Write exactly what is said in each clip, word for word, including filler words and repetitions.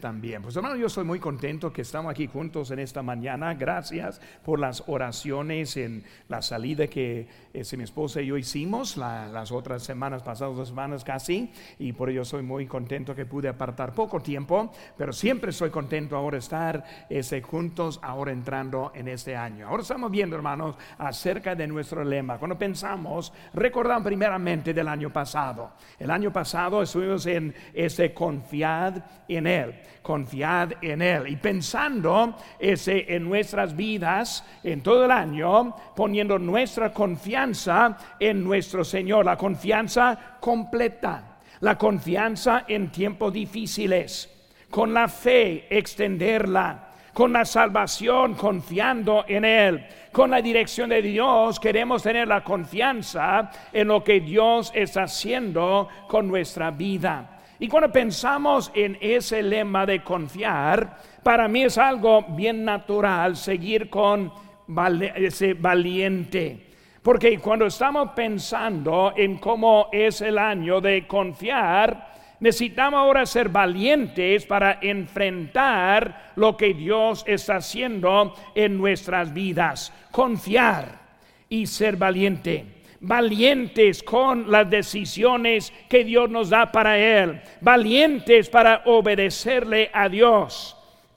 También, pues hermano, yo estoy muy contento que estamos aquí juntos en esta mañana. Gracias por las oraciones en la salida que este, mi esposa y yo hicimos la, las otras semanas, pasadas dos semanas casi, y por ello soy muy contento que pude apartar poco tiempo, pero siempre estoy contento ahora estar este, juntos ahora entrando en este año. Ahora estamos viendo, hermanos, acerca de nuestro lema. Cuando pensamos, recordamos primeramente del año pasado. El año pasado estuvimos en este confiad en Él. Confiad en Él, y pensando ese, en nuestras vidas en todo el año, poniendo nuestra confianza en nuestro Señor, la confianza completa, la confianza en tiempos difíciles, con la fe extenderla, con la salvación confiando en Él, con la dirección de Dios queremos tener la confianza en lo que Dios está haciendo con nuestra vida. Y cuando pensamos en ese lema de confiar, para mí es algo bien natural seguir con ese valiente. Porque cuando estamos pensando en cómo es el año de confiar, necesitamos ahora ser valientes para enfrentar lo que Dios está haciendo en nuestras vidas. Confiar y ser valiente. Valientes con las decisiones que Dios nos da para Él, valientes para obedecerle a Dios,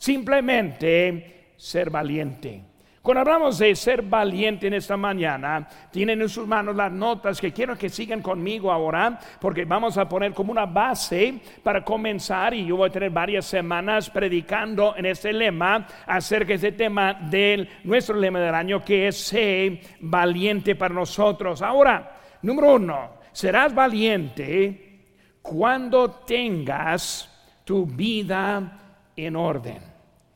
simplemente ser valiente. Cuando hablamos de ser valiente en esta mañana, tienen en sus manos las notas que quiero que sigan conmigo ahora, porque vamos a poner como una base para comenzar, y yo voy a tener varias semanas predicando en este lema acerca de este tema de nuestro lema del año, que es ser valiente para nosotros. Ahora, número uno, serás valiente cuando tengas tu vida en orden.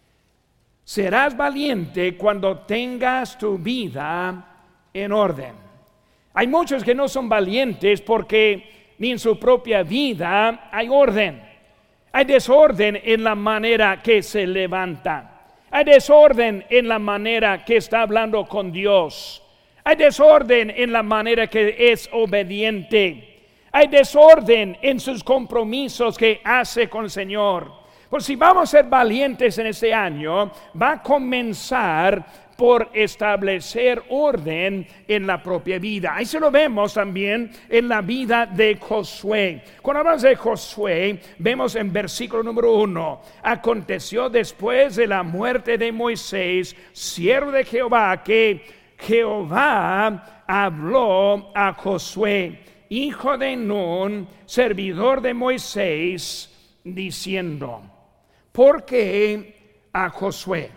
Serás valiente cuando tengas tu vida en orden. Hay muchos que no son valientes porque ni en su propia vida hay orden. Hay desorden en la manera que se levanta. Hay desorden en la manera que está hablando con Dios. Hay desorden en la manera que es obediente. Hay desorden en sus compromisos que hace con el Señor. Pues si vamos a ser valientes en este año, va a comenzar por establecer orden en la propia vida. Ahí se lo vemos también en la vida de Josué. Cuando hablamos de Josué, vemos en versículo número uno: aconteció después de la muerte de Moisés, siervo de Jehová, que Jehová habló a Josué, hijo de Nun, servidor de Moisés, diciendo. ¿Por qué a Josué?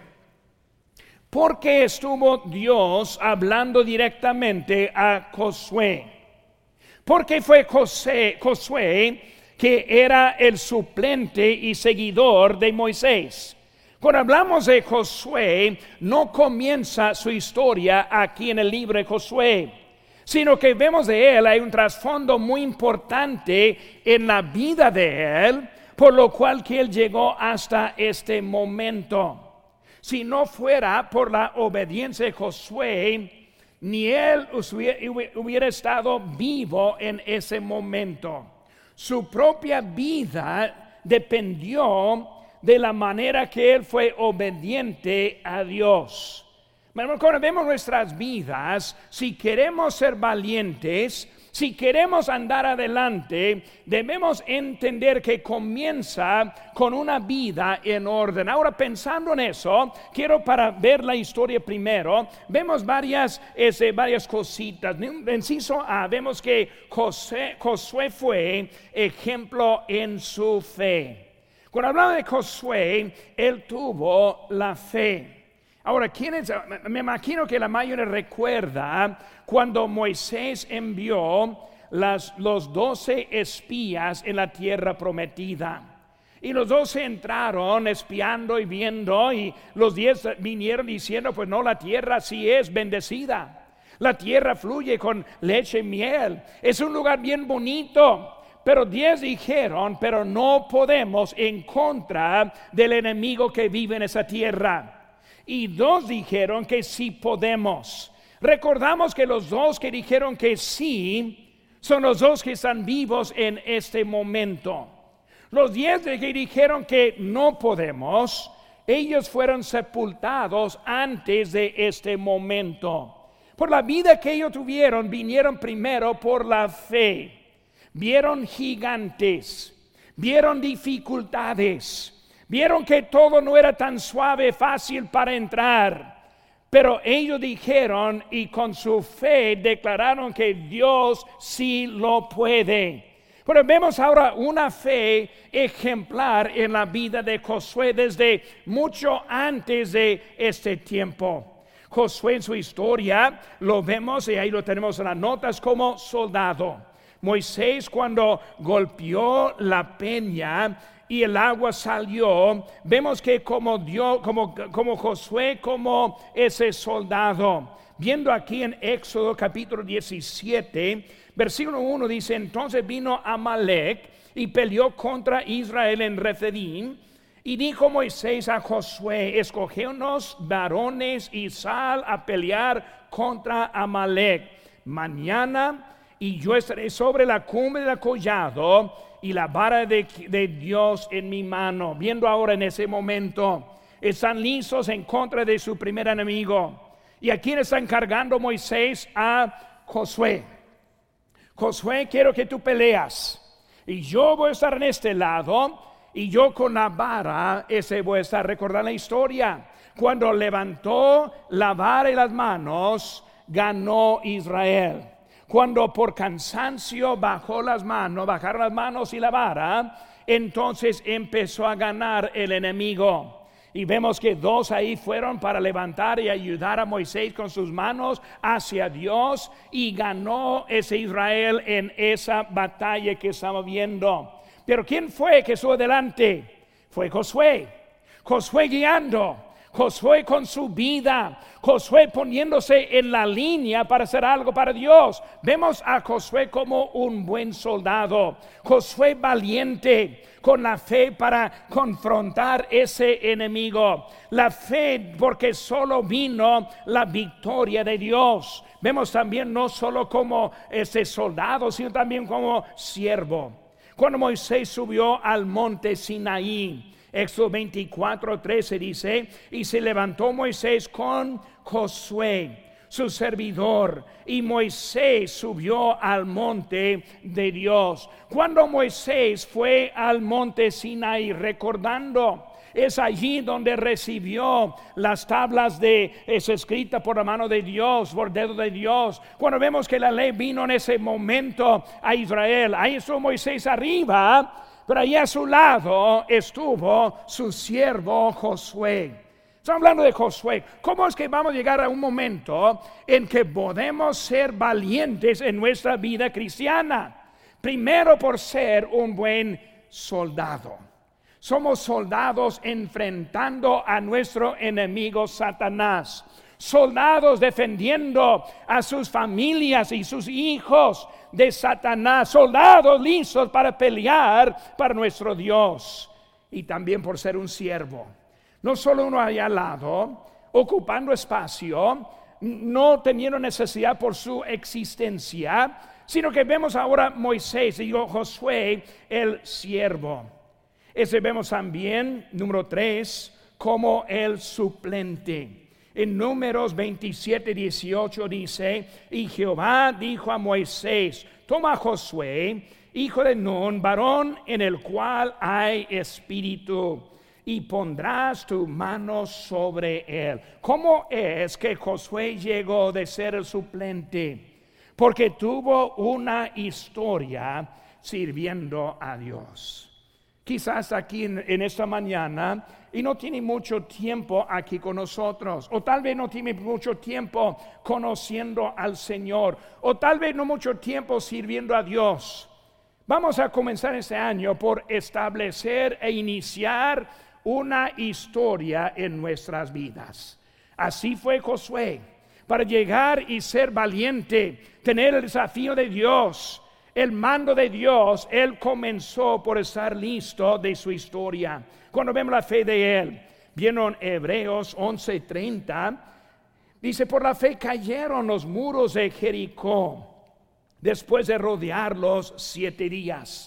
Porque estuvo Dios hablando directamente a Josué. Porque fue José, Josué que era el suplente y seguidor de Moisés. Cuando hablamos de Josué, no comienza su historia aquí en el libro de Josué, sino que vemos de él, hay un trasfondo muy importante en la vida de él, por lo cual que él llegó hasta este momento. Si no fuera por la obediencia de Josué, ni él hubiera estado vivo en ese momento. Su propia vida dependió de la manera que él fue obediente a Dios. Cuando vemos nuestras vidas, si queremos ser valientes, si queremos andar adelante, debemos entender que comienza con una vida en orden. Ahora, pensando en eso, quiero para ver la historia primero, vemos varias, ese, varias cositas. Inciso A, vemos que José, Josué fue ejemplo en su fe. Cuando hablamos de Josué, él tuvo la fe. Ahora, ¿quién es? Me imagino que la mayoría recuerda cuando Moisés envió las, los doce espías en la tierra prometida. Y los doce entraron espiando y viendo, y los diez vinieron diciendo, pues no, la tierra sí es bendecida. La tierra fluye con leche y miel. Es un lugar bien bonito. Pero diez dijeron, pero no podemos en contra del enemigo que vive en esa tierra. Y dos dijeron que sí podemos. Recordamos que los dos que dijeron que sí son los dos que están vivos en este momento. Los diez que dijeron que no podemos, ellos fueron sepultados antes de este momento. Por la vida que ellos tuvieron, vinieron primero por la fe. Vieron gigantes, vieron dificultades, vieron que todo no era tan suave, fácil para entrar. Pero ellos dijeron y con su fe declararon que Dios sí lo puede. Pero vemos ahora una fe ejemplar en la vida de Josué desde mucho antes de este tiempo. Josué en su historia lo vemos y ahí lo tenemos en las notas como soldado. Moisés cuando golpeó la peña y el agua salió, vemos que como Dios, como, como Josué, como ese soldado. Viendo aquí en Éxodo capítulo diecisiete, versículo uno dice: entonces vino Amalec y peleó contra Israel en Refidim. Y dijo Moisés a Josué: escogémonos varones y sal a pelear contra Amalec mañana, y yo estaré sobre la cumbre del collado y la vara de, de Dios en mi mano. Viendo ahora en ese momento, están listos en contra de su primer enemigo. ¿Y a quién está encargando Moisés? A Josué. Josué, quiero que tú peleas, y yo voy a estar en este lado, y yo con la vara, ese voy a estar. Recordar la historia, cuando levantó la vara y las manos, ganó Israel. Cuando por cansancio bajó las manos, bajaron las manos y la vara, entonces empezó a ganar el enemigo. Y vemos que dos ahí fueron para levantar y ayudar a Moisés con sus manos hacia Dios, y ganó ese Israel en esa batalla que estamos viendo. Pero ¿quién fue que estuvo delante? Fue Josué. Josué guiando, Josué con su vida, Josué poniéndose en la línea para hacer algo para Dios. Vemos a Josué como un buen soldado, Josué valiente, con la fe para confrontar ese enemigo. La fe, porque solo vino la victoria de Dios. Vemos también no solo como ese soldado, sino también como siervo. Cuando Moisés subió al monte Sinaí, Éxodo veinticuatro trece dice: y se levantó Moisés con Josué, su servidor, y Moisés subió al monte de Dios. Cuando Moisés fue al monte Sinaí, recordando, es allí donde recibió las tablas de, es escrita por la mano de Dios, por dedo de Dios. Cuando vemos que la ley vino en ese momento a Israel, ahí estuvo Moisés arriba, pero ahí a su lado estuvo su siervo Josué. Estamos hablando de Josué. ¿Cómo es que vamos a llegar a un momento en que podemos ser valientes en nuestra vida cristiana? Primero, por ser un buen soldado. Somos soldados enfrentando a nuestro enemigo Satanás. Soldados defendiendo a sus familias y sus hijos de Satanás. Soldados listos para pelear para nuestro Dios. Y también por ser un siervo. No solo uno allá al lado, ocupando espacio, no teniendo necesidad por su existencia, sino que vemos ahora Moisés y Josué, el siervo. Ese vemos también, número tres, como el suplente. En Números veintisiete dieciocho dice: y Jehová dijo a Moisés: toma a Josué, hijo de Nun, varón en el cual hay espíritu, y pondrás tu mano sobre él. ¿Cómo es que Josué llegó de ser el suplente? Porque tuvo una historia sirviendo a Dios. Quizás aquí en, en esta mañana y no tiene mucho tiempo aquí con nosotros, o tal vez no tiene mucho tiempo conociendo al Señor, o tal vez no mucho tiempo sirviendo a Dios. Vamos a comenzar este año por establecer e iniciar una historia en nuestras vidas. Así fue Josué, para llegar y ser valiente, tener el desafío de Dios, el mando de Dios. Él comenzó por estar listo de su historia. Cuando vemos la fe de él, vieron Hebreos once treinta, dice: por la fe cayeron los muros de Jericó después de rodearlos siete días.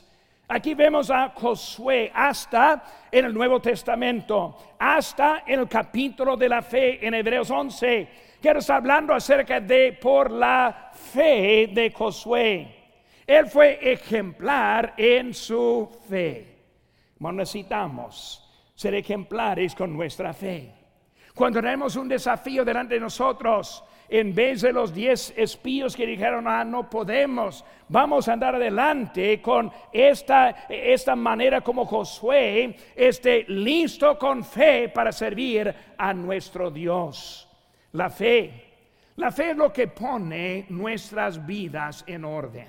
Aquí vemos a Josué hasta en el Nuevo Testamento, hasta en el capítulo de la fe en Hebreos once, que está hablando acerca de por la fe de Josué. Él fue ejemplar en su fe. Bueno, necesitamos ser ejemplares con nuestra fe. Cuando tenemos un desafío delante de nosotros, en vez de los diez espíos que dijeron, ah, no podemos, vamos a andar adelante con esta, esta manera como Josué, esté listo con fe para servir a nuestro Dios. La fe, la fe es lo que pone nuestras vidas en orden.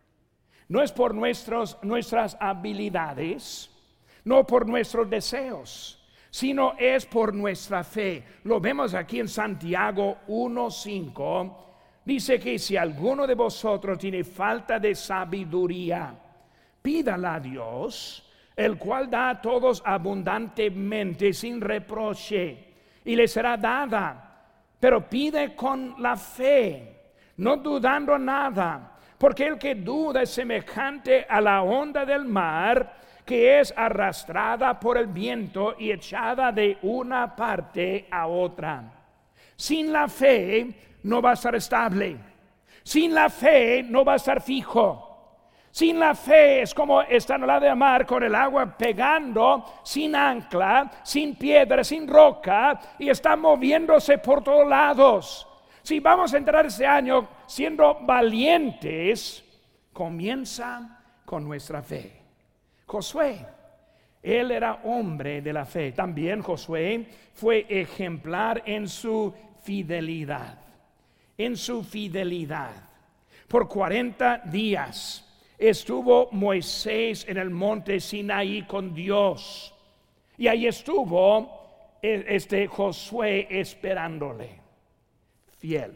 No es por nuestros, nuestras habilidades, no por nuestros deseos, sino es por nuestra fe. Lo vemos aquí en Santiago uno cinco. Dice que si alguno de vosotros tiene falta de sabiduría, pídala a Dios, el cual da a todos abundantemente sin reproche, y le será dada. Pero pide con la fe, no dudando nada, porque el que duda es semejante a la onda del mar, que es arrastrada por el viento y echada de una parte a otra. Sin la fe no va a estar estable. Sin la fe no va a estar fijo. Sin la fe es como estar en la de mar con el agua pegando, sin ancla, sin piedra, sin roca, y está moviéndose por todos lados. Si vamos a entrar este año siendo valientes, comienza con nuestra fe. Josué, él era hombre de la fe. También Josué fue ejemplar en su fidelidad. En su fidelidad. Por cuarenta días estuvo Moisés en el monte Sinaí con Dios. Y ahí estuvo este Josué esperándole. Fiel.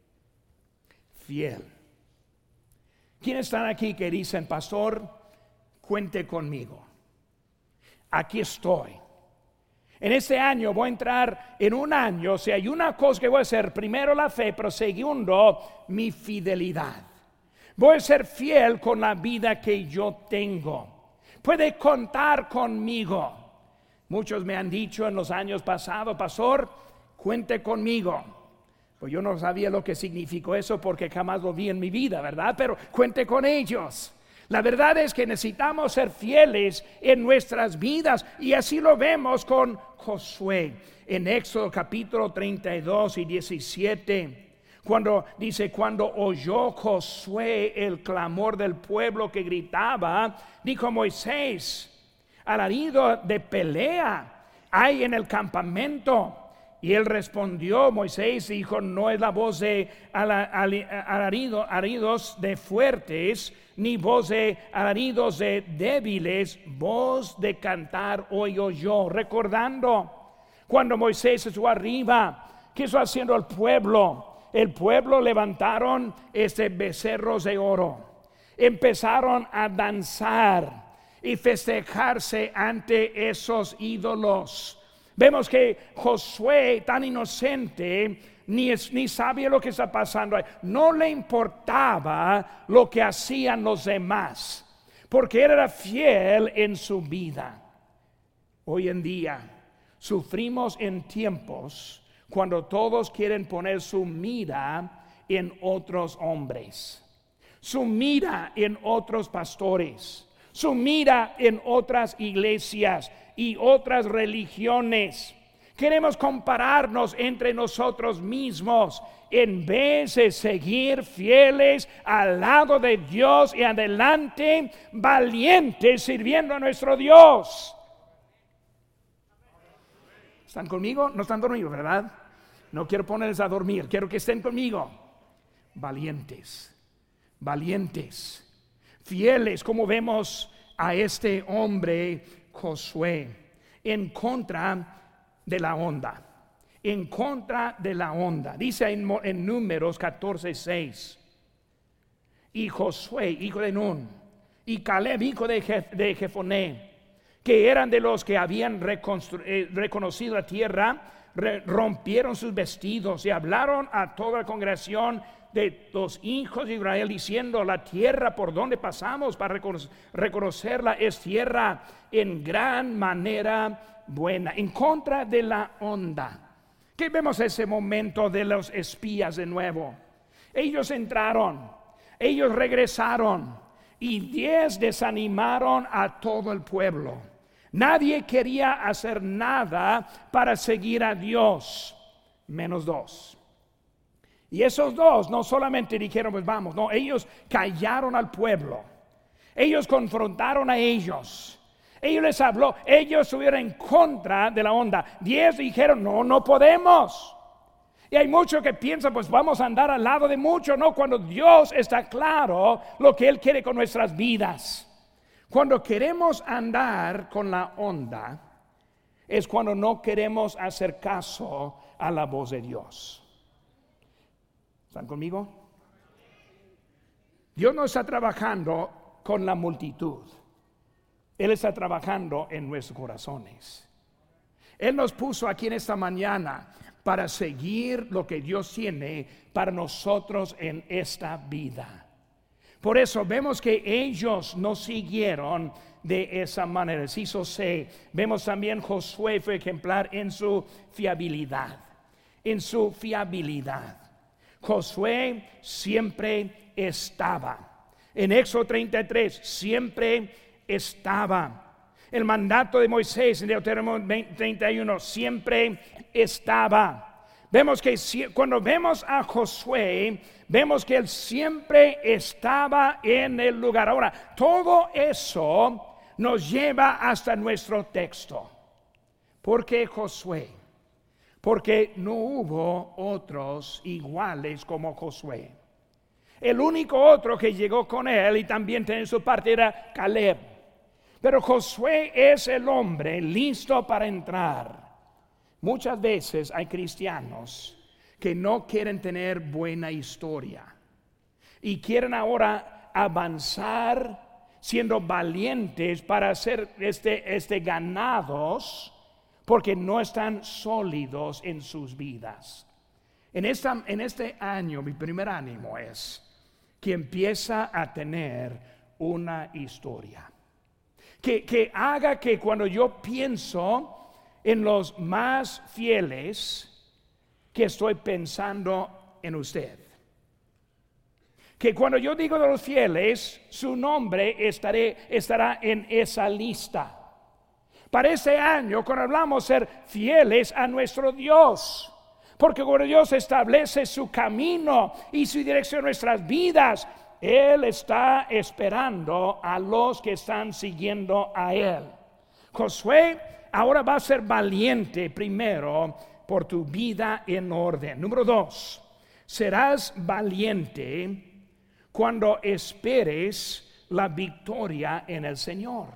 Fiel. ¿Quiénes están aquí que dicen, pastor, cuente conmigo? Aquí estoy. En este año voy a entrar en un año, si hay una cosa que voy a hacer, primero la fe, pero segundo, mi fidelidad. Voy a ser fiel con la vida que yo tengo. Puede contar conmigo. Muchos me han dicho en los años pasados, pastor, cuente conmigo. Pues yo no sabía lo que significó eso porque jamás lo vi en mi vida, ¿verdad? Pero cuente con ellos. La verdad es que necesitamos ser fieles en nuestras vidas, y así lo vemos con Josué en Éxodo capítulo treinta y dos y diecisiete, cuando dice, cuando oyó Josué el clamor del pueblo que gritaba, dijo Moisés, alarido de pelea hay en el campamento. Y él respondió, Moisés dijo, no es la voz de alarido, alaridos de fuertes, ni voz de alaridos de débiles, voz de cantar oigo yo. Recordando cuando Moisés estuvo arriba, ¿qué está haciendo el pueblo? El pueblo levantaron este becerros de oro, empezaron a danzar y festejarse ante esos ídolos. Vemos que Josué, tan inocente, ni, es, ni sabía lo que está pasando. No le importaba lo que hacían los demás, porque él era fiel en su vida. Hoy en día sufrimos en tiempos cuando todos quieren poner su mira en otros hombres, su mira en otros pastores, su mira en otras iglesias y otras religiones. Queremos compararnos entre nosotros mismos en vez de seguir fieles al lado de Dios y adelante, valientes sirviendo a nuestro Dios. ¿Están conmigo? No están dormidos, ¿verdad? No quiero ponerles a dormir, quiero que estén conmigo. Valientes, valientes, fieles, como vemos a este hombre Josué, en contra de la onda, en contra de la onda. Dice en, en Números catorce seis, y Josué, hijo de Nun, y Caleb, hijo de, Jef, de Jefoné, que eran de los que habían eh, reconocido la tierra, re, rompieron sus vestidos y hablaron a toda la congregación de los hijos de Israel diciendo: la tierra por donde pasamos para reconocerla es tierra en gran manera buena, en contra de la onda. ¿Qué vemos ese momento de los espías de nuevo? Ellos entraron, ellos regresaron y diez desanimaron a todo el pueblo. Nadie quería hacer nada para seguir a Dios, menos dos. Y esos dos no solamente dijeron pues vamos, no, ellos callaron al pueblo. Ellos confrontaron a ellos. Ellos les habló, ellos estuvieron en contra de la onda. Diez dijeron no, no podemos. Y hay muchos que piensan pues vamos a andar al lado de muchos. No, cuando Dios está claro lo que Él quiere con nuestras vidas. Cuando queremos andar con la onda es cuando no queremos hacer caso a la voz de Dios. ¿Están conmigo? Dios no está trabajando con la multitud. Él está trabajando en nuestros corazones. Él nos puso aquí en esta mañana para seguir lo que Dios tiene para nosotros en esta vida. Por eso vemos que ellos no siguieron de esa manera. Se hizo sé. Vemos también Josué fue ejemplar en su fiabilidad. En su fiabilidad. Josué siempre estaba. En Éxodo treinta y tres siempre estaba. El mandato de Moisés en Deuteronomio treinta y uno siempre estaba. Vemos que si, cuando vemos a Josué, vemos que él siempre estaba en el lugar. Ahora, todo eso nos lleva hasta nuestro texto. ¿Por qué Josué? Porque no hubo otros iguales como Josué. El único otro que llegó con él y también tenía su parte era Caleb. Pero Josué es el hombre listo para entrar. Muchas veces hay cristianos que no quieren tener buena historia y quieren ahora avanzar siendo valientes para hacer este, este ganados porque no están sólidos en sus vidas. En, esta, en este año mi primer ánimo es que empieza a tener una historia. Que, que haga que cuando yo pienso en los más fieles, que estoy pensando en usted. Que cuando yo digo de los fieles, su nombre estaré, estará en esa lista. Para este año, cuando hablamos ser fieles a nuestro Dios, porque cuando Dios establece su camino y su dirección en nuestras vidas, Él está esperando a los que están siguiendo a Él. Josué ahora va a ser valiente primero por tu vida en orden. Número dos, serás valiente cuando esperes la victoria en el Señor.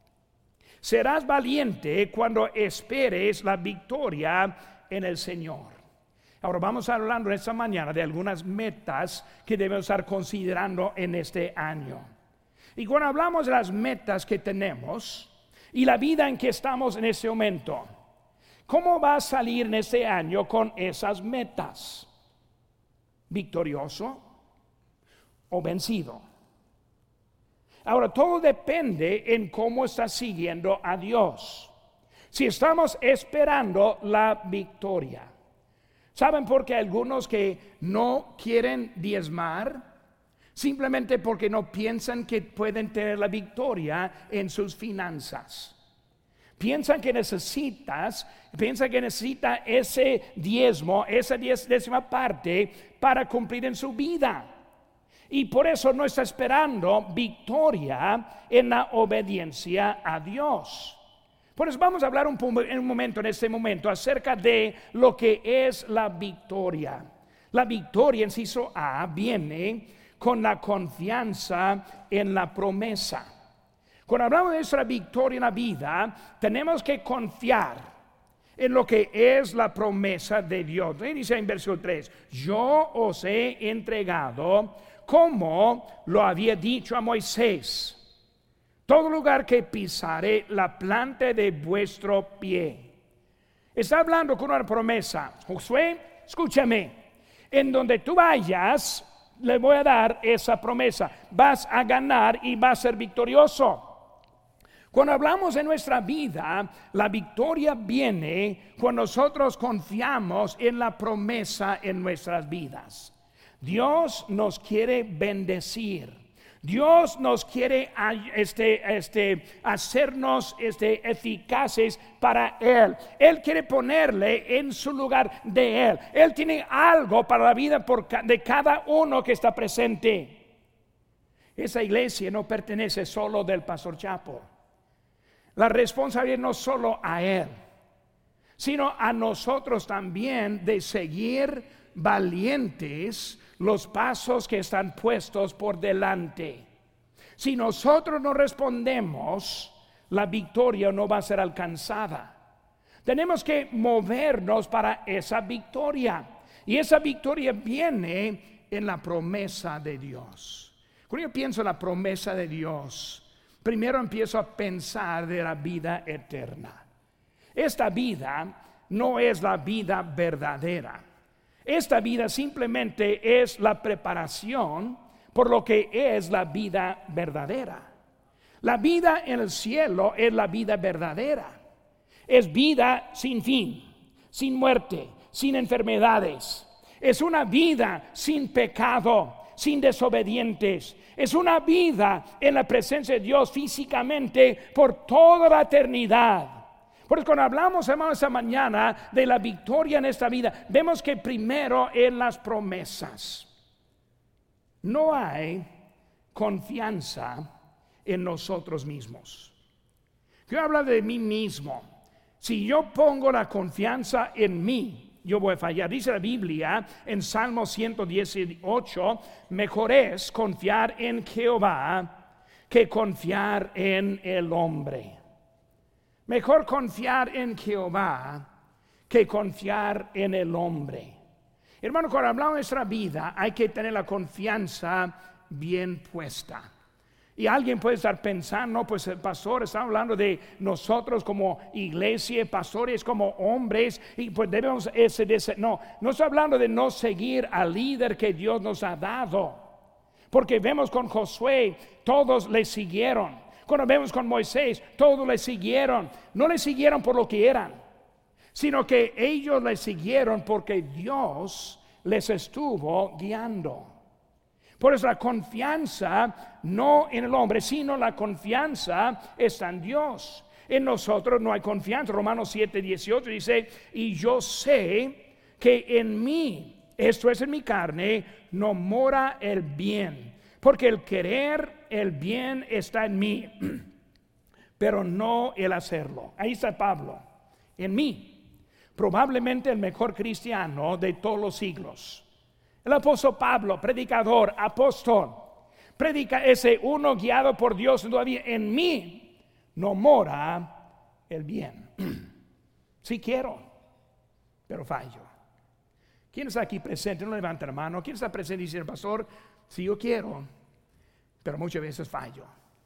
Serás valiente cuando esperes la victoria en el Señor. Ahora vamos hablando esta mañana de algunas metas que debemos estar considerando en este año. Y cuando hablamos de las metas que tenemos y la vida en que estamos en este momento, ¿cómo va a salir en este año con esas metas? ¿Victorioso o vencido? Ahora todo depende en cómo estás siguiendo a Dios. Si estamos esperando la victoria. ¿Saben por qué algunos que no quieren diezmar? Simplemente porque no piensan que pueden tener la victoria en sus finanzas. Piensan que necesitas, piensan que necesita ese diezmo, esa décima parte para cumplir en su vida. Y por eso no está esperando victoria en la obediencia a Dios. Por eso vamos a hablar un, en un momento, en este momento, acerca de lo que es la victoria. La victoria, inciso A, viene con la confianza en la promesa. Cuando hablamos de nuestra victoria en la vida, tenemos que confiar en lo que es la promesa de Dios. Y dice en versículo tres, yo os he entregado como lo había dicho a Moisés. Todo lugar que pisare la planta de vuestro pie. Está hablando con una promesa. Josué, escúchame. En donde tú vayas, le voy a dar esa promesa. Vas a ganar y vas a ser victorioso. Cuando hablamos de nuestra vida, la victoria viene cuando nosotros confiamos en la promesa en nuestras vidas. Dios nos quiere bendecir. Dios nos quiere este, este, hacernos este, eficaces para Él. Él quiere ponerle en su lugar de Él. Él tiene algo para la vida por, de cada uno que está presente. Esa iglesia no pertenece solo del pastor Chapo. La responsabilidad no solo a Él, sino a nosotros también de seguir valientes los pasos que están puestos por delante. Si nosotros no respondemos, la victoria no va a ser alcanzada. Tenemos que movernos para esa victoria. Y esa victoria viene en la promesa de Dios. Cuando yo pienso en la promesa de Dios, primero empiezo a pensar de la vida eterna. Esta vida no es la vida verdadera. Esta vida simplemente es la preparación por lo que es la vida verdadera. La vida en el cielo es la vida verdadera. Es vida sin fin, sin muerte, sin enfermedades. Es una vida sin pecado, sin desobedientes. Es una vida en la presencia de Dios físicamente por toda la eternidad. Por eso cuando hablamos, hermanos, esta mañana de la victoria en esta vida, vemos que primero en las promesas. No hay confianza en nosotros mismos. Yo hablo de mí mismo. Si yo pongo la confianza en mí, yo voy a fallar. Dice la Biblia en Salmo ciento dieciocho, mejor es confiar en Jehová que confiar en el hombre. Mejor confiar en Jehová que confiar en el hombre. Hermano, cuando hablamos de nuestra vida, hay que tener la confianza bien puesta. Y alguien puede estar pensando, no, pues el pastor está hablando de nosotros como iglesia, pastores como hombres, y pues debemos ese, ese. No, no estoy hablando de no seguir al líder que Dios nos ha dado. Porque vemos con Josué, todos le siguieron. Cuando vemos con Moisés, todos le siguieron. No le siguieron por lo que eran, sino que ellos le siguieron porque Dios les estuvo guiando. Por eso la confianza no en el hombre, sino la confianza está en Dios. En nosotros no hay confianza. Romanos siete dieciocho dice, y yo sé que en mí, esto es en mi carne, no mora el bien. Porque el querer el bien está en mí, pero no el hacerlo. Ahí está Pablo, en mí, probablemente el mejor cristiano de todos los siglos. El apóstol Pablo, predicador, apóstol, predica ese uno guiado por Dios todavía. En mí no mora el bien. Sí quiero, pero fallo. ¿Quién está aquí presente? No levanta la mano. ¿Quién está presente y dice, pastor, sí yo quiero, pero muchas veces fallo.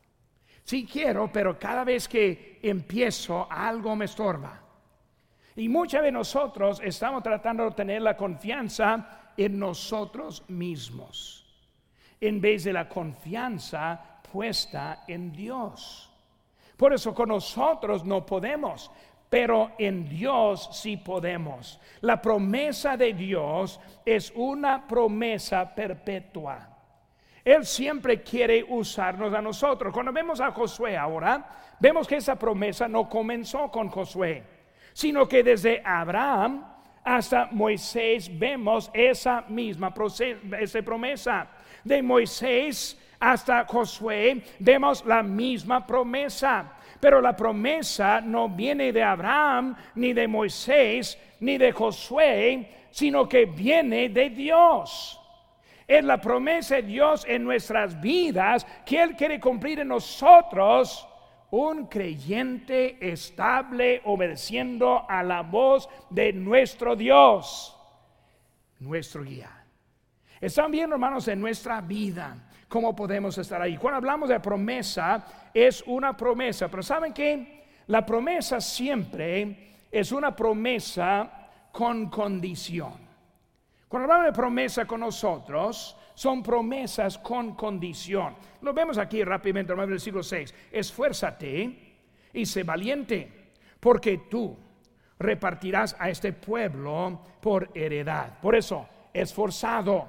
Sí quiero, pero cada vez que empiezo algo me estorba. Y muchas veces nosotros estamos tratando de tener la confianza en nosotros mismos, en vez de la confianza puesta en Dios. Por eso con nosotros no podemos, pero en Dios sí podemos. La promesa de Dios es una promesa perpetua. Él siempre quiere usarnos a nosotros. Cuando vemos a Josué ahora, vemos que esa promesa no comenzó con Josué, sino que desde Abraham hasta Moisés vemos esa misma esa promesa. De Moisés hasta Josué vemos la misma promesa. Pero la promesa no viene de Abraham, ni de Moisés, ni de Josué, sino que viene de Dios. Es la promesa de Dios en nuestras vidas que Él quiere cumplir en nosotros. Un creyente estable obedeciendo a la voz de nuestro Dios, nuestro guía. Están viendo, hermanos, en nuestra vida cómo podemos estar ahí. Cuando hablamos de promesa, es una promesa, pero ¿saben qué? La promesa siempre es una promesa con condición. Cuando hablamos de promesa con nosotros, son promesas con condición. Lo vemos aquí rápidamente, en el versículo seis. Esfuérzate y sé valiente, porque tú repartirás a este pueblo por heredad. Por eso, esforzado,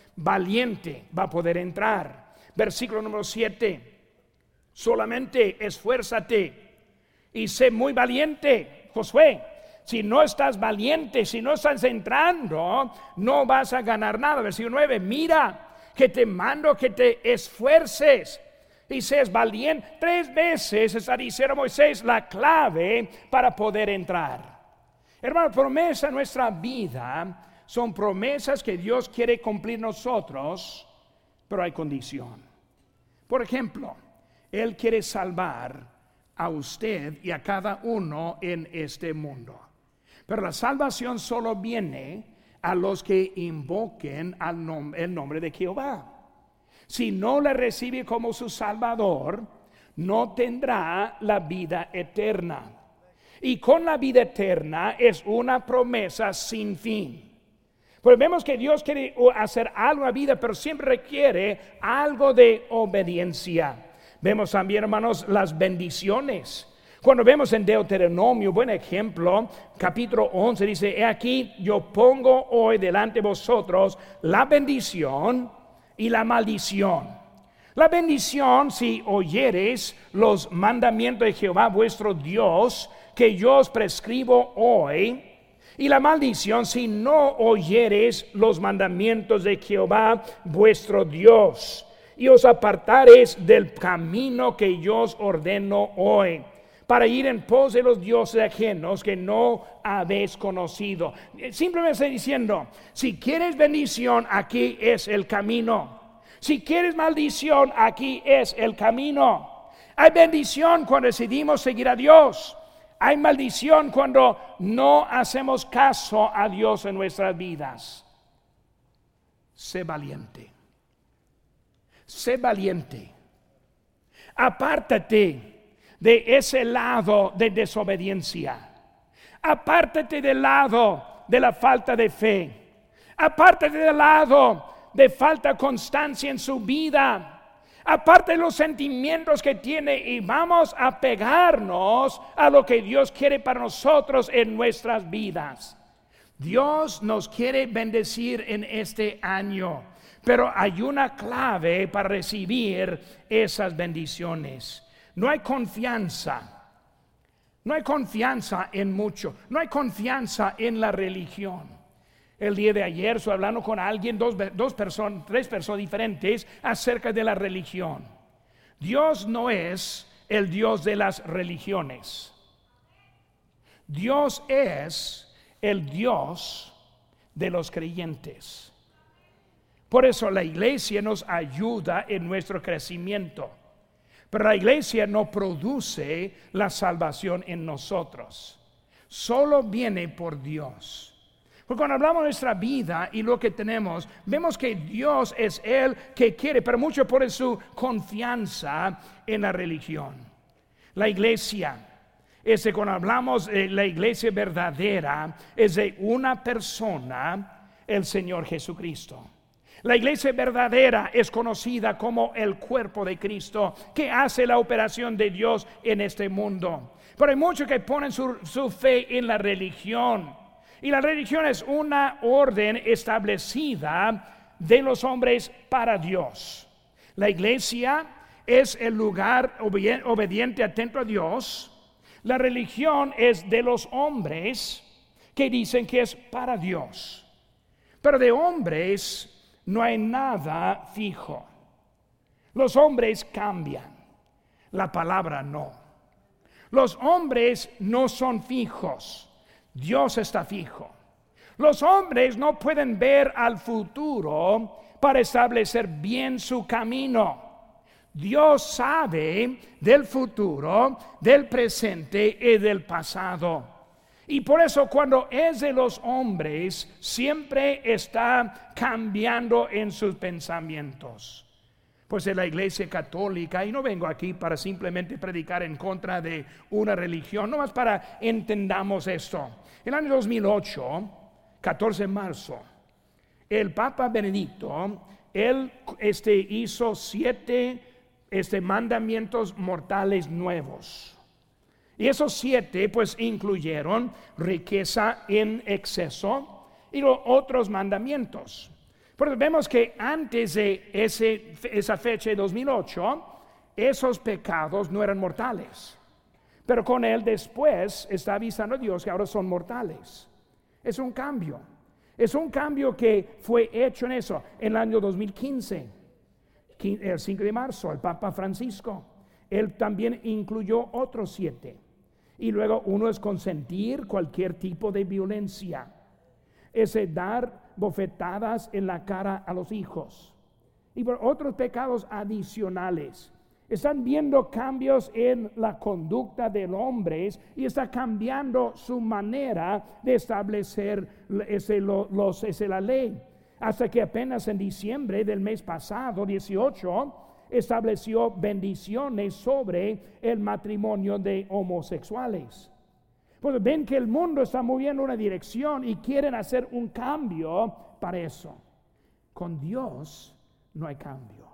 valiente va a poder entrar. Versículo número siete. Solamente esfuérzate y sé muy valiente, Josué. Si no estás valiente, si no estás entrando, no vas a ganar nada. Versículo nueve. Mira que te mando que te esfuerces y seas valiente. Tres veces está diciendo Moisés la clave para poder entrar. Hermano, promesa en nuestra vida son promesas que Dios quiere cumplir nosotros, pero hay condición. Por ejemplo, Él quiere salvar a usted y a cada uno en este mundo. Pero la salvación solo viene a los que invoquen al nom- el nombre de Jehová. Si no le recibe como su Salvador, no tendrá la vida eterna. Y con la vida eterna es una promesa sin fin. Pues vemos que Dios quiere hacer algo a la vida, pero siempre requiere algo de obediencia. Vemos también, hermanos, las bendiciones. Cuando vemos en Deuteronomio, buen ejemplo, capítulo once dice: he aquí yo pongo hoy delante de vosotros la bendición y la maldición. La bendición, si oyereis los mandamientos de Jehová vuestro Dios, que yo os prescribo hoy. Y la maldición, si no oyereis los mandamientos de Jehová vuestro Dios, y os apartareis del camino que yo os ordeno hoy, para ir en pos de los dioses ajenos que no habéis conocido. Simplemente estoy diciendo, si quieres bendición, aquí es el camino. Si quieres maldición, aquí es el camino. Hay bendición cuando decidimos seguir a Dios. Hay maldición cuando no hacemos caso a Dios en nuestras vidas. Sé valiente. Sé valiente. Apártate de ese lado de desobediencia. Apártate del lado de la falta de fe. Apártate del lado de falta de constancia en su vida. Aparte de los sentimientos que tiene, y vamos a pegarnos a lo que Dios quiere para nosotros en nuestras vidas. Dios nos quiere bendecir en este año, pero hay una clave para recibir esas bendiciones. No hay confianza. No hay confianza en mucho. No hay confianza en la religión. El día de ayer estoy hablando con alguien, dos, dos personas, tres personas diferentes acerca de la religión. Dios no es el Dios de las religiones. Dios es el Dios de los creyentes. Por eso la iglesia nos ayuda en nuestro crecimiento. Pero la iglesia no produce la salvación en nosotros. Solo viene por Dios. Porque cuando hablamos de nuestra vida y lo que tenemos, vemos que Dios es el que quiere, pero mucho por su confianza en la religión. La iglesia, es de cuando hablamos de la iglesia verdadera, es de una persona, el Señor Jesucristo. La iglesia verdadera es conocida como el cuerpo de Cristo, que hace la operación de Dios en este mundo. Pero hay muchos que ponen su, su fe en la religión. Y la religión es una orden establecida de los hombres para Dios. La iglesia es el lugar obediente, atento a Dios. La religión es de los hombres que dicen que es para Dios. Pero de hombres no hay nada fijo. Los hombres cambian, la palabra no. Los hombres no son fijos. Dios está fijo. Los hombres no pueden ver al futuro para establecer bien su camino. Dios sabe del futuro, del presente y del pasado. Y por eso cuando es de los hombres, siempre está cambiando en sus pensamientos. Pues en la iglesia católica, y no vengo aquí para simplemente predicar en contra de una religión, no más para entendamos esto. En el año dos mil ocho, catorce de marzo, el Papa Benedicto, él este, hizo siete este, mandamientos mortales nuevos. Y esos siete pues incluyeron riqueza en exceso y los otros mandamientos. Pero vemos que antes de ese, esa fecha de dos mil ocho, esos pecados no eran mortales. Pero con él después está avisando a Dios que ahora son mortales. Es un cambio. Es un cambio que fue hecho en eso, en el año dos mil quince, el cinco de marzo, el Papa Francisco. Él también incluyó otros siete. Y luego uno es consentir cualquier tipo de violencia. Es dar bofetadas en la cara a los hijos. Y por otros pecados adicionales. Están viendo cambios en la conducta del hombre y está cambiando su manera de establecer ese, los, ese, la ley. Hasta que apenas en diciembre del mes pasado, dieciocho, estableció bendiciones sobre el matrimonio de homosexuales. Pues ven que el mundo está moviendo una dirección y quieren hacer un cambio para eso. Con Dios no hay cambio.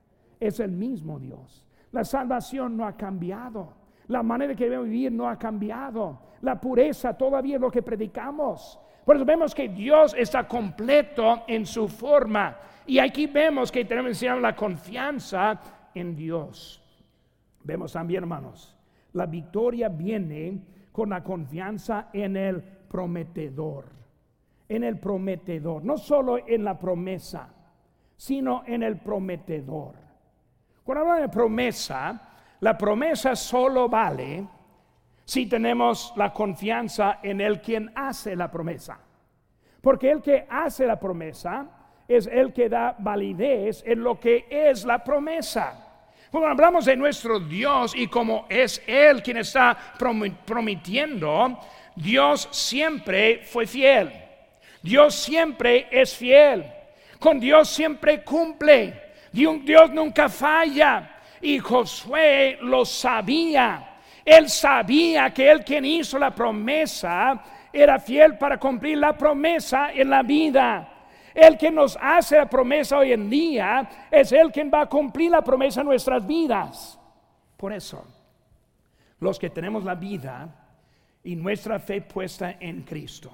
Es el mismo Dios. La salvación no ha cambiado. La manera que debemos vivir no ha cambiado. La pureza todavía es lo que predicamos. Por eso vemos que Dios está completo en su forma. Y aquí vemos que tenemos que enseñar la confianza en Dios. Vemos también, hermanos, la victoria viene con la confianza en el prometedor. En el prometedor. No solo en la promesa, sino en el prometedor. Cuando hablamos de promesa, la promesa solo vale si tenemos la confianza en el quien hace la promesa. Porque el que hace la promesa es el que da validez en lo que es la promesa. Cuando hablamos de nuestro Dios y como es Él quien está prometiendo, Dios siempre fue fiel. Dios siempre es fiel. Con Dios siempre cumple. Dios nunca falla. Y Josué lo sabía. Él sabía que Él quien hizo la promesa era fiel para cumplir la promesa en la vida. El que nos hace la promesa hoy en día es Él quien va a cumplir la promesa en nuestras vidas. Por eso, los que tenemos la vida y nuestra fe puesta en Cristo.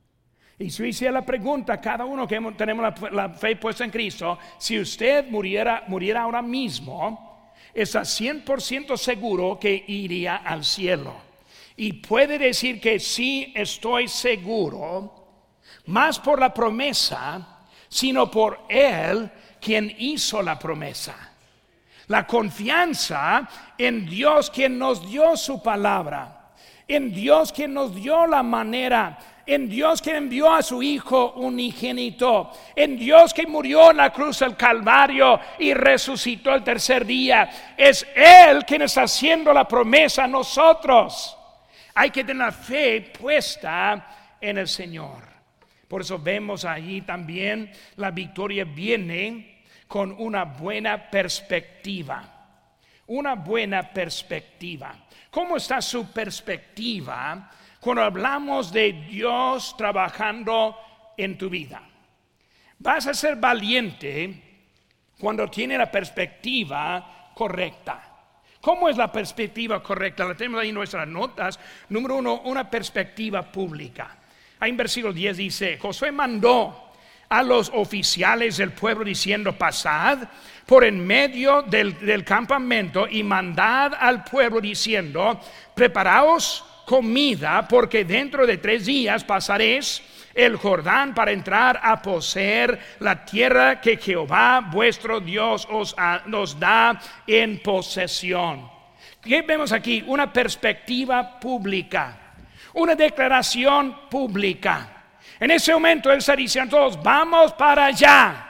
Y si hice la pregunta, cada uno que tenemos la, la fe puesta en Cristo, si usted muriera, muriera ahora mismo, está cien por ciento seguro que iría al cielo. Y puede decir que sí estoy seguro, más por la promesa, sino por Él quien hizo la promesa. La confianza en Dios quien nos dio su palabra, en Dios quien nos dio la manera, en Dios que envió a su Hijo unigénito, en Dios que murió en la cruz del Calvario y resucitó el tercer día. Es Él quien está haciendo la promesa a nosotros. Hay que tener la fe puesta en el Señor. Por eso vemos allí también la victoria viene con una buena perspectiva. Una buena perspectiva. ¿Cómo está su perspectiva cuando hablamos de Dios trabajando en tu vida? Vas a ser valiente cuando tiene la perspectiva correcta. ¿Cómo es la perspectiva correcta? La tenemos ahí en nuestras notas. Número uno, una perspectiva pública. Ahí en versículo diez dice: Josué mandó a los oficiales del pueblo diciendo: pasad por en medio del, del campamento y mandad al pueblo diciendo: preparaos comida, porque dentro de tres días pasaréis el Jordán para entrar a poseer la tierra que Jehová vuestro Dios os ha, nos da en posesión. ¿Qué vemos aquí? Una perspectiva pública, una declaración pública. En ese momento Él está diciendo a todos: vamos para allá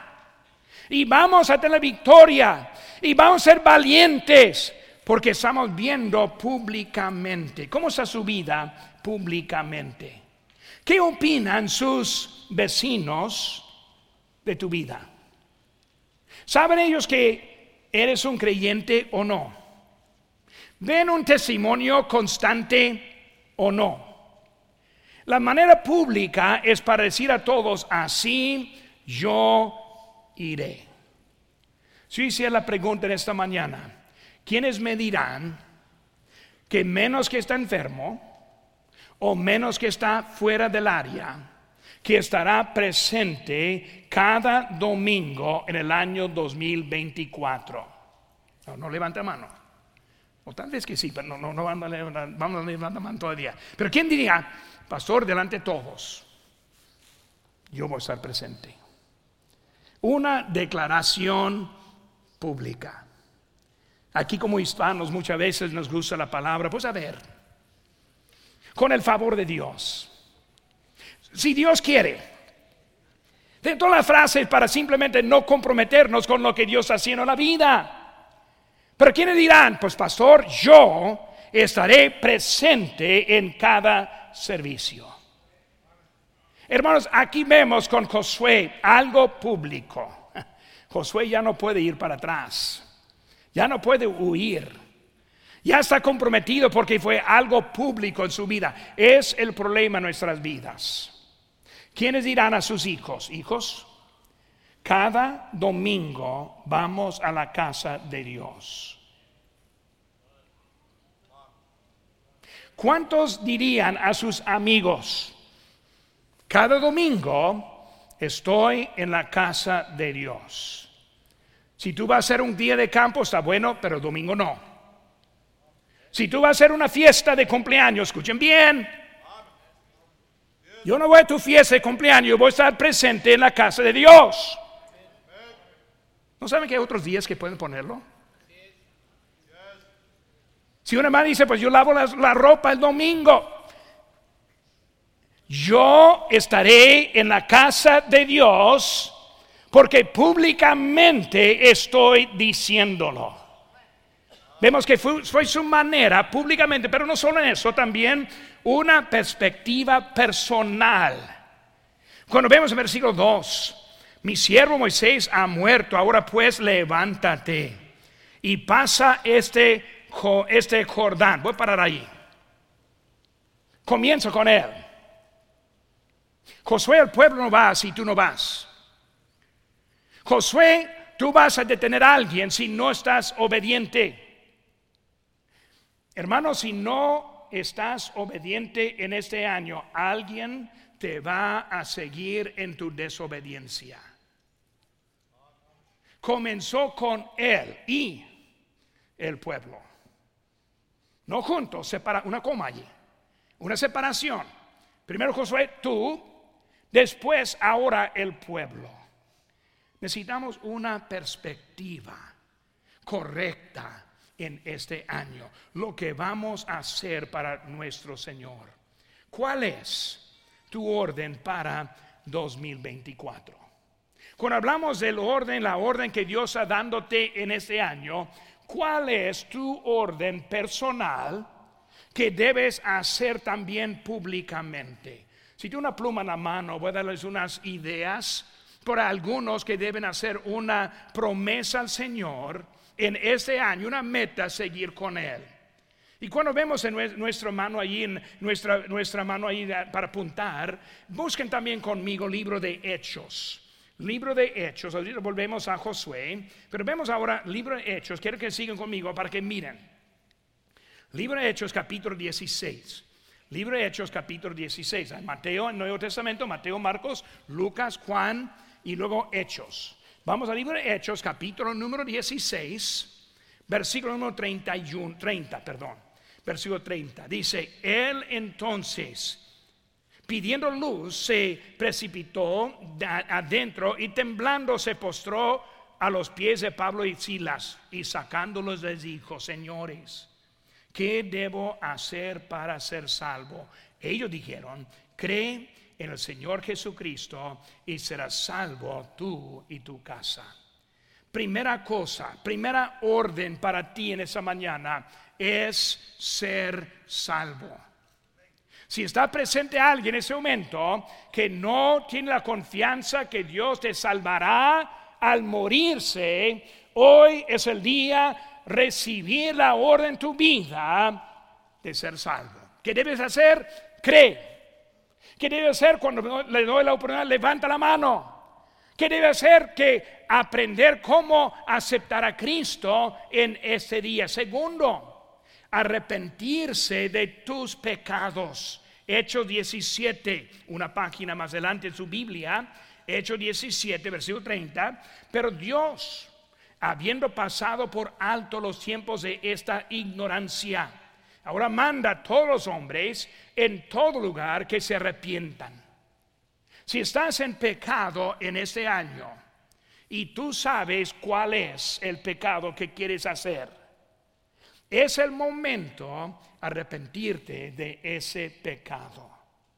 y vamos a tener victoria y vamos a ser valientes, porque estamos viendo públicamente. ¿Cómo está su vida públicamente? ¿Qué opinan sus vecinos de tu vida? ¿Saben ellos que eres un creyente o no? ¿Ven un testimonio constante o no? La manera pública es para decir a todos: así yo iré. Si hice la pregunta en esta mañana, ¿quiénes me dirán que menos que está enfermo o menos que está fuera del área, que estará presente cada domingo en el año dos mil veinticuatro? No, no levanta mano. O tal vez que sí, pero no, no, no vamos a levantar, vamos a levantar mano todavía. Pero ¿quién diría, pastor, delante de todos, yo voy a estar presente? Una declaración pública. Aquí como hispanos muchas veces nos gusta la palabra, pues a ver, con el favor de Dios, si Dios quiere, de todas las frases para simplemente no comprometernos con lo que Dios está haciendo en la vida. Pero ¿quiénes dirán? Pues pastor, yo estaré presente en cada servicio. Hermanos, aquí vemos con Josué algo público. Josué ya no puede ir para atrás, ya no puede huir, ya está comprometido porque fue algo público en su vida. Es el problema en nuestras vidas. ¿Quiénes dirán a sus hijos? Hijos, cada domingo vamos a la casa de Dios. ¿Cuántos dirían a sus amigos? Cada domingo estoy en la casa de Dios. Si tú vas a hacer un día de campo está bueno, pero domingo no. Si tú vas a hacer una fiesta de cumpleaños, escuchen bien, yo no voy a tu fiesta de cumpleaños, yo voy a estar presente en la casa de Dios. ¿No saben que hay otros días que pueden ponerlo? Si una mamá dice, pues yo lavo la, la ropa el domingo, yo estaré en la casa de Dios porque públicamente estoy diciéndolo. Vemos que fue, fue su manera públicamente, pero no solo en eso, también una perspectiva personal. Cuando vemos el versículo dos, mi siervo Moisés ha muerto, ahora pues levántate y pasa este, este Jordán. Voy a parar ahí. Comienzo con él. Josué, el pueblo no va si tú no vas. Josué, tú vas a detener a alguien si no estás obediente. Hermano, si no estás obediente en este año, alguien te va a seguir en tu desobediencia. Comenzó con él y el pueblo. No juntos, separa, una coma allí, una separación. Primero Josué, tú, después ahora el pueblo. Necesitamos una perspectiva correcta en este año, lo que vamos a hacer para nuestro Señor. ¿Cuál es tu orden para dos mil veinticuatro? Cuando hablamos del orden, la orden que Dios está dándote en este año, ¿cuál es tu orden personal que debes hacer también públicamente? Si tienes una pluma en la mano, voy a darles unas ideas por algunos que deben hacer una promesa al Señor en este año, una meta, seguir con Él. Y cuando vemos en nuestra mano ahí, en nuestra, nuestra mano ahí para apuntar, busquen también conmigo libro de Hechos. Libro de Hechos, ahorita volvemos a Josué, pero vemos ahora libro de Hechos. Quiero que sigan conmigo para que miren. Libro de Hechos capítulo dieciséis. Libro de Hechos capítulo dieciséis. Hay Mateo en el Nuevo Testamento, Mateo, Marcos, Lucas, Juan y luego Hechos. Vamos al libro de Hechos capítulo número dieciséis, versículo número treinta y uno, treinta, perdón. Versículo treinta. Dice, él entonces, pidiendo luz, se precipitó adentro y temblando se postró a los pies de Pablo y Silas y sacándolos les dijo, señores, ¿qué debo hacer para ser salvo? Ellos dijeron, cree en el Señor Jesucristo y serás salvo tú y tu casa. Primera cosa, primera orden para ti en esa mañana es ser salvo. Si está presente alguien en ese momento que no tiene la confianza que Dios te salvará al morirse, hoy es el día recibir la orden en tu vida de ser salvo. ¿Qué debes hacer? Cree. ¿Qué debes hacer cuando le doy la oportunidad? Levanta la mano. ¿Qué debe hacer? Que aprender cómo aceptar a Cristo en este día. Segundo, arrepentirse de tus pecados. Hechos diecisiete, una página más adelante en su Biblia, Hechos diecisiete, versículo treinta. Pero Dios, habiendo pasado por alto los tiempos de esta ignorancia, ahora manda a todos los hombres en todo lugar que se arrepientan. Si estás en pecado en este año y tú sabes cuál es el pecado que quieres hacer, es el momento arrepentirte de ese pecado.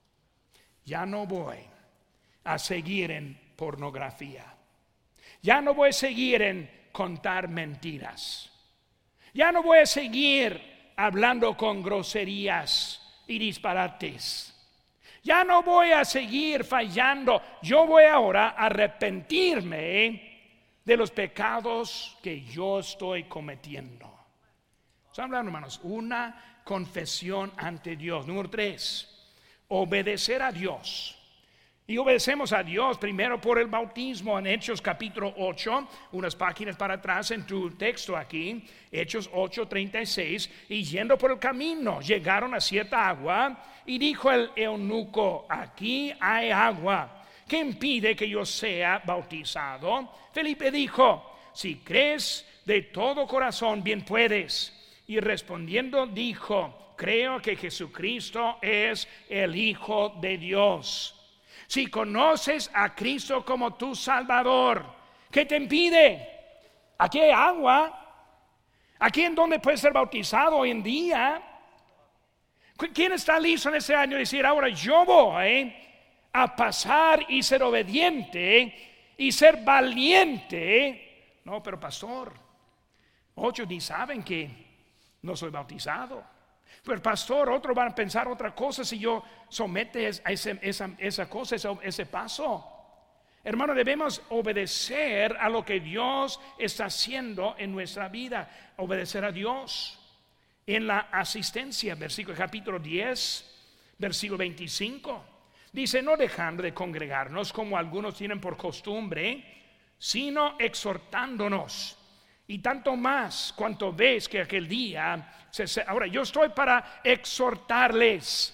Ya no voy a seguir en pornografía. Ya no voy a seguir en contar mentiras. Ya no voy a seguir hablando con groserías y disparates. Ya no voy a seguir fallando. Yo voy ahora a arrepentirme de los pecados que yo estoy cometiendo. Estamos hablando, hermanos, una confesión ante Dios. Número tres, obedecer a Dios. Y obedecemos a Dios primero por el bautismo. En Hechos capítulo ocho, unas páginas para atrás en tu texto aquí, Hechos ocho, treinta y seis. Y yendo por el camino llegaron a cierta agua, y dijo el eunuco: aquí hay agua, ¿qué impide que yo sea bautizado? Felipe dijo: si crees de todo corazón, bien puedes. Y respondiendo dijo: creo que Jesucristo es el Hijo de Dios. Si conoces a Cristo como tu Salvador, ¿qué te impide? Aquí hay agua. Aquí en donde puedes ser bautizado hoy en día. ¿Quién está listo en este año a decir: ahora yo voy a pasar y ser obediente y ser valiente? No, pero pastor, muchos ni saben que no soy bautizado. Pero pastor, otros van a pensar otra cosa si yo somete a ese, esa, esa cosa, ese, ese paso. Hermano, debemos obedecer a lo que Dios está haciendo en nuestra vida. Obedecer a Dios en la asistencia. Versículo capítulo diez, versículo veinticinco. Dice: no dejando de congregarnos como algunos tienen por costumbre, sino exhortándonos. Y tanto más cuanto ves que aquel día se, ahora yo estoy para exhortarles.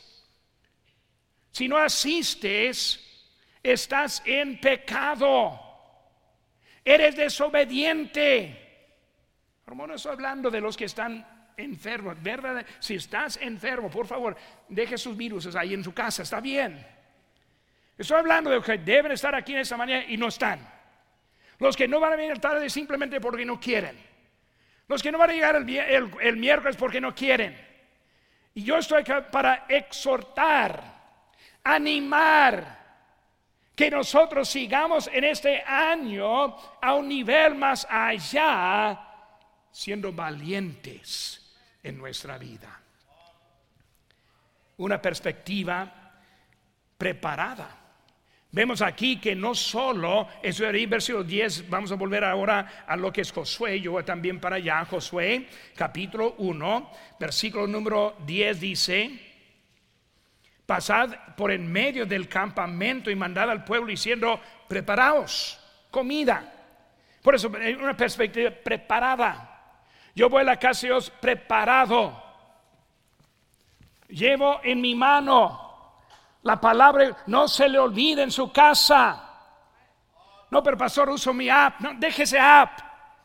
Si no asistes, estás en pecado, eres desobediente. Hermano, estoy hablando de los que están enfermos, ¿verdad? Si estás enfermo, por favor, deje sus virus ahí en su casa, está bien. Estoy hablando de los que deben estar aquí en esta mañana y no están. Los que no van a venir tarde simplemente porque no quieren. Los que no van a llegar el, el, el miércoles porque no quieren. Y yo estoy acá para exhortar, animar, que nosotros sigamos en este año a un nivel más allá, siendo valientes en nuestra vida. Una perspectiva preparada. Vemos aquí que no solo, eso es el versículo diez, vamos a volver ahora a lo que es Josué, yo voy también para allá. Josué capítulo uno, versículo número diez dice: pasad por en medio del campamento y mandad al pueblo diciendo: preparaos comida. Por eso, en una perspectiva preparada. Yo voy a la casa de Dios preparado. Llevo en mi mano la palabra, no se le olvide en su casa. No, pero pastor, uso mi app. No, deje ese app.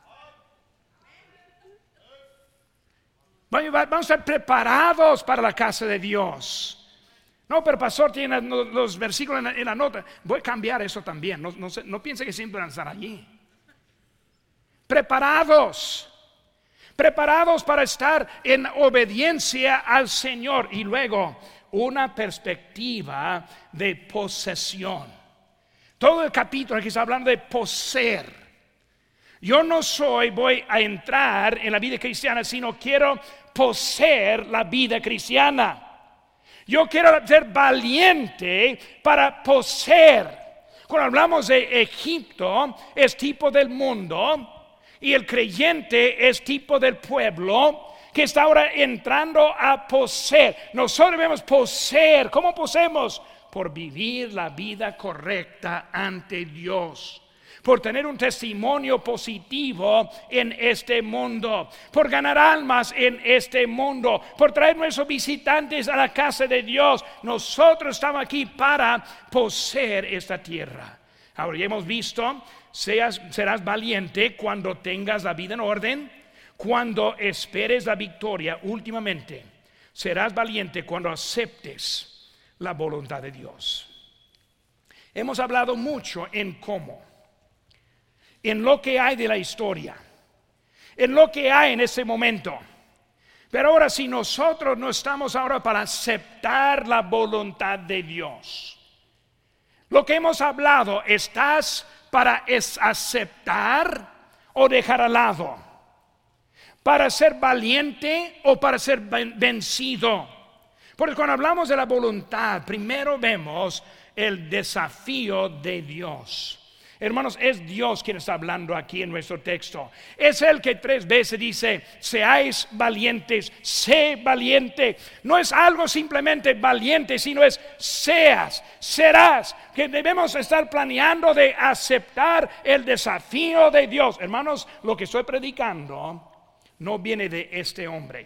Vamos a estar preparados para la casa de Dios. No, pero pastor, tiene los versículos en la, en la nota. Voy a cambiar eso también. No, no, no piense que siempre van a estar allí. Preparados. Preparados para estar en obediencia al Señor. Y luego una perspectiva de posesión. Todo el capítulo aquí está hablando de poseer. Yo no soy, voy a entrar en la vida cristiana, sino quiero poseer la vida cristiana. Yo quiero ser valiente para poseer. Cuando hablamos de Egipto, es tipo del mundo, y el creyente es tipo del pueblo que está ahora entrando a poseer. Nosotros debemos poseer. ¿Cómo poseemos? Por vivir la vida correcta ante Dios. por tener un testimonio positivo en este mundo, por ganar almas en este mundo, por traer nuestros visitantes a la casa de Dios. Nosotros estamos aquí para poseer esta tierra. Ahora ya hemos visto, seas, serás valiente cuando tengas la vida en orden, cuando esperes la victoria. Últimamente, serás valiente cuando aceptes la voluntad de Dios. Hemos hablado mucho en cómo, en lo que hay de la historia, en lo que hay en ese momento. Pero ahora, si nosotros no estamos ahora para aceptar la voluntad de Dios, lo que hemos hablado, ¿estás para aceptar o dejar al lado? ¿Para ser valiente o para ser vencido? Porque cuando hablamos de la voluntad, primero vemos el desafío de Dios. Hermanos, es Dios quien está hablando aquí en nuestro texto. Es Él que tres veces dice: seáis valientes, sé valiente. No es algo simplemente valiente, sino es seas, serás. Que debemos estar planeando de aceptar el desafío de Dios. Hermanos, lo que estoy predicando no viene de este hombre,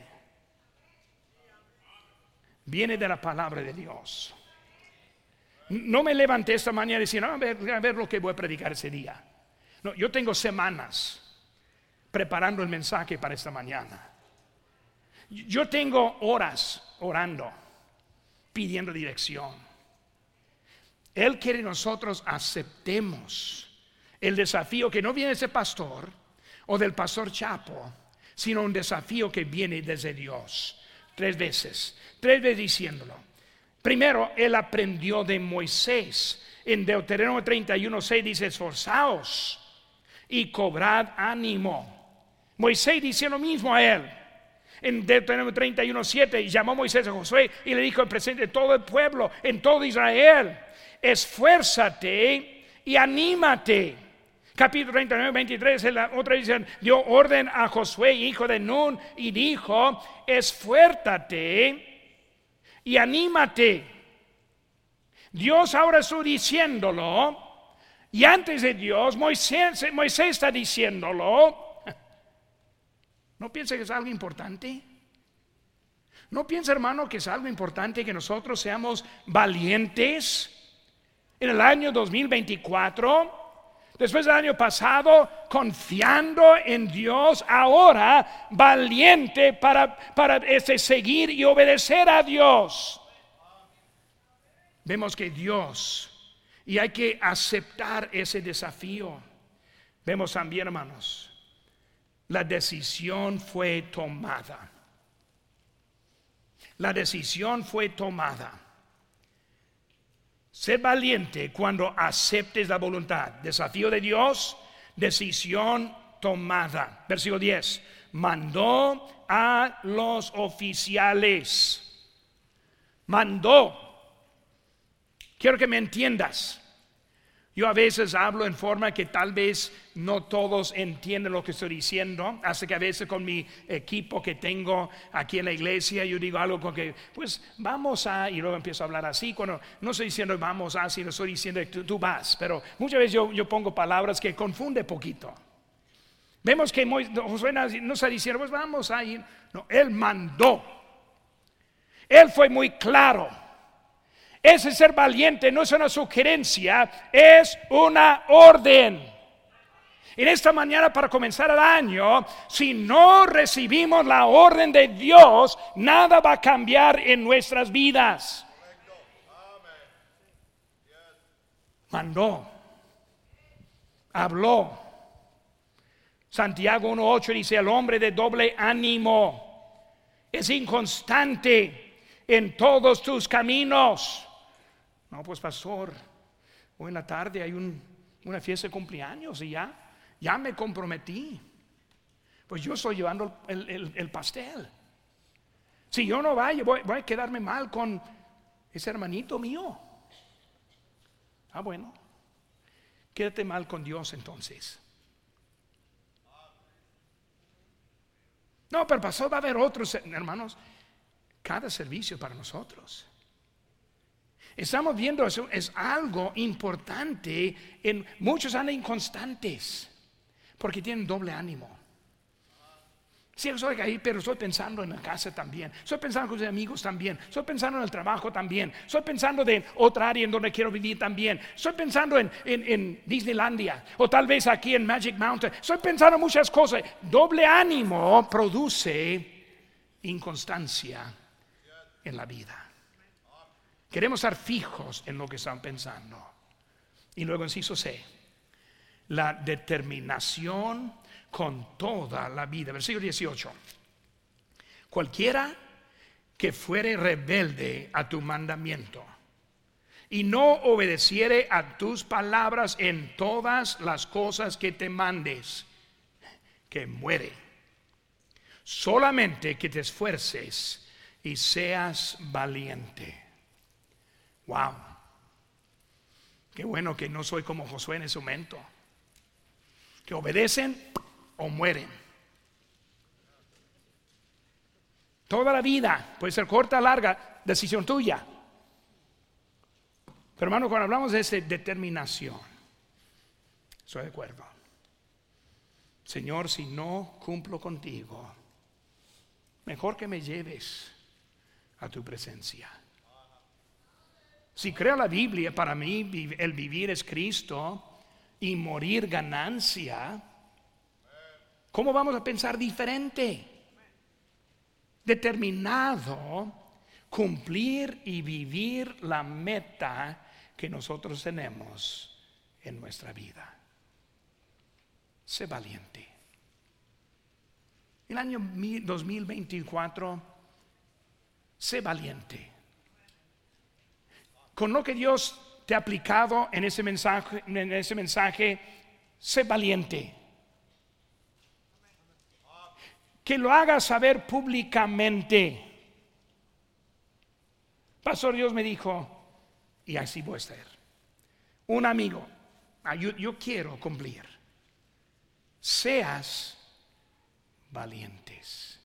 viene de la palabra de Dios. No me levanté esta mañana diciendo: a ver, a ver lo que voy a predicar ese día. No, yo tengo semanas preparando el mensaje para esta mañana. Yo tengo horas orando, pidiendo dirección. Él quiere que nosotros aceptemos el desafío que no viene de ese pastor o del pastor Chapo, sino un desafío que viene desde Dios. Tres veces, tres veces diciéndolo. Primero, él aprendió de Moisés. En Deuteronomio treinta y uno seis dice: esforzaos y cobrad ánimo. Moisés dice lo mismo a él. En Deuteronomio treinta y uno siete llamó Moisés a Josué y le dijo en presente de todo el pueblo, en todo Israel: esfuérzate y anímate. Capítulo treinta y nueve, veintitrés, en la otra edición, dio orden a Josué, hijo de Nun, y dijo: esfuérzate y anímate. Dios ahora está diciéndolo, y antes de Dios Moisés, Moisés está diciéndolo. ¿No piensa que es algo importante? ¿No piensa, hermano, que es algo importante que nosotros seamos valientes en el año dos mil veinticuatro? Después del año pasado, confiando en Dios, ahora valiente para, para este, seguir y obedecer a Dios. Vemos que Dios, y hay que aceptar ese desafío. Vemos también, hermanos, la decisión fue tomada. La decisión fue tomada. Sé valiente cuando aceptes la voluntad. Desafío de Dios, decisión tomada. Versículo diez. Mandó a los oficiales. Mandó. Quiero que me entiendas. Yo a veces hablo en forma que tal vez no todos entienden lo que estoy diciendo. Hasta que a veces con mi equipo que tengo aquí en la iglesia, yo digo algo con que, pues vamos a, y luego empiezo a hablar así. Cuando no estoy diciendo vamos a, sino estoy diciendo tú, tú vas. Pero muchas veces yo, yo pongo palabras que confunde poquito. Vemos que Josué no está diciendo, pues vamos a ir. No, él mandó. Él fue muy claro. Ese ser valiente no es una sugerencia, es una orden. En esta mañana, para comenzar el año, si no recibimos la orden de Dios, nada va a cambiar en nuestras vidas. Mandó, habló. Santiago uno ocho dice: el hombre de doble ánimo es inconstante en todos tus caminos. No, pues pastor, hoy en la tarde hay un, una fiesta de cumpleaños y ya, ya me comprometí. Pues yo estoy llevando el, el, el pastel. Si yo no vaya, voy, voy a quedarme mal con ese hermanito mío. Ah, bueno, quédate mal con Dios entonces. No, pero pastor, va a haber otros, hermanos. Cada servicio para nosotros. Estamos viendo eso, es algo importante. En, muchos andan inconstantes porque tienen doble ánimo. Sí, estoy ahí, pero estoy pensando en la casa también. Estoy pensando con mis amigos también. Estoy pensando en el trabajo también. Estoy pensando en otra área en donde quiero vivir también. Estoy pensando en, en, en Disneylandia, o tal vez aquí en Magic Mountain. Estoy pensando en muchas cosas. Doble ánimo produce inconstancia en la vida. Queremos estar fijos en lo que están pensando. Y luego inciso C, la determinación con toda la vida. Versículo dieciocho. Cualquiera que fuere rebelde a tu mandamiento y no obedeciere a tus palabras en todas las cosas que te mandes, que muere. Solamente que te esfuerces y seas valiente. Wow. Qué bueno que no soy como Josué en ese momento, que obedecen o mueren. Toda la vida puede ser corta o larga, decisión tuya. Pero hermano, cuando hablamos de esa determinación, estoy de acuerdo. Señor, si no cumplo contigo, mejor que me lleves a tu presencia. Si creo la Biblia, para mí el vivir es Cristo y morir ganancia. ¿Cómo vamos a pensar diferente? Determinado cumplir y vivir la meta que nosotros tenemos en nuestra vida. Sé valiente. El año dos mil veinticuatro, sé valiente. Con lo que Dios te ha aplicado en ese mensaje, en ese mensaje, sé valiente. Que lo hagas saber públicamente. Pastor, Dios me dijo, y así voy a estar. Un amigo, yo, yo quiero cumplir. Seas valientes.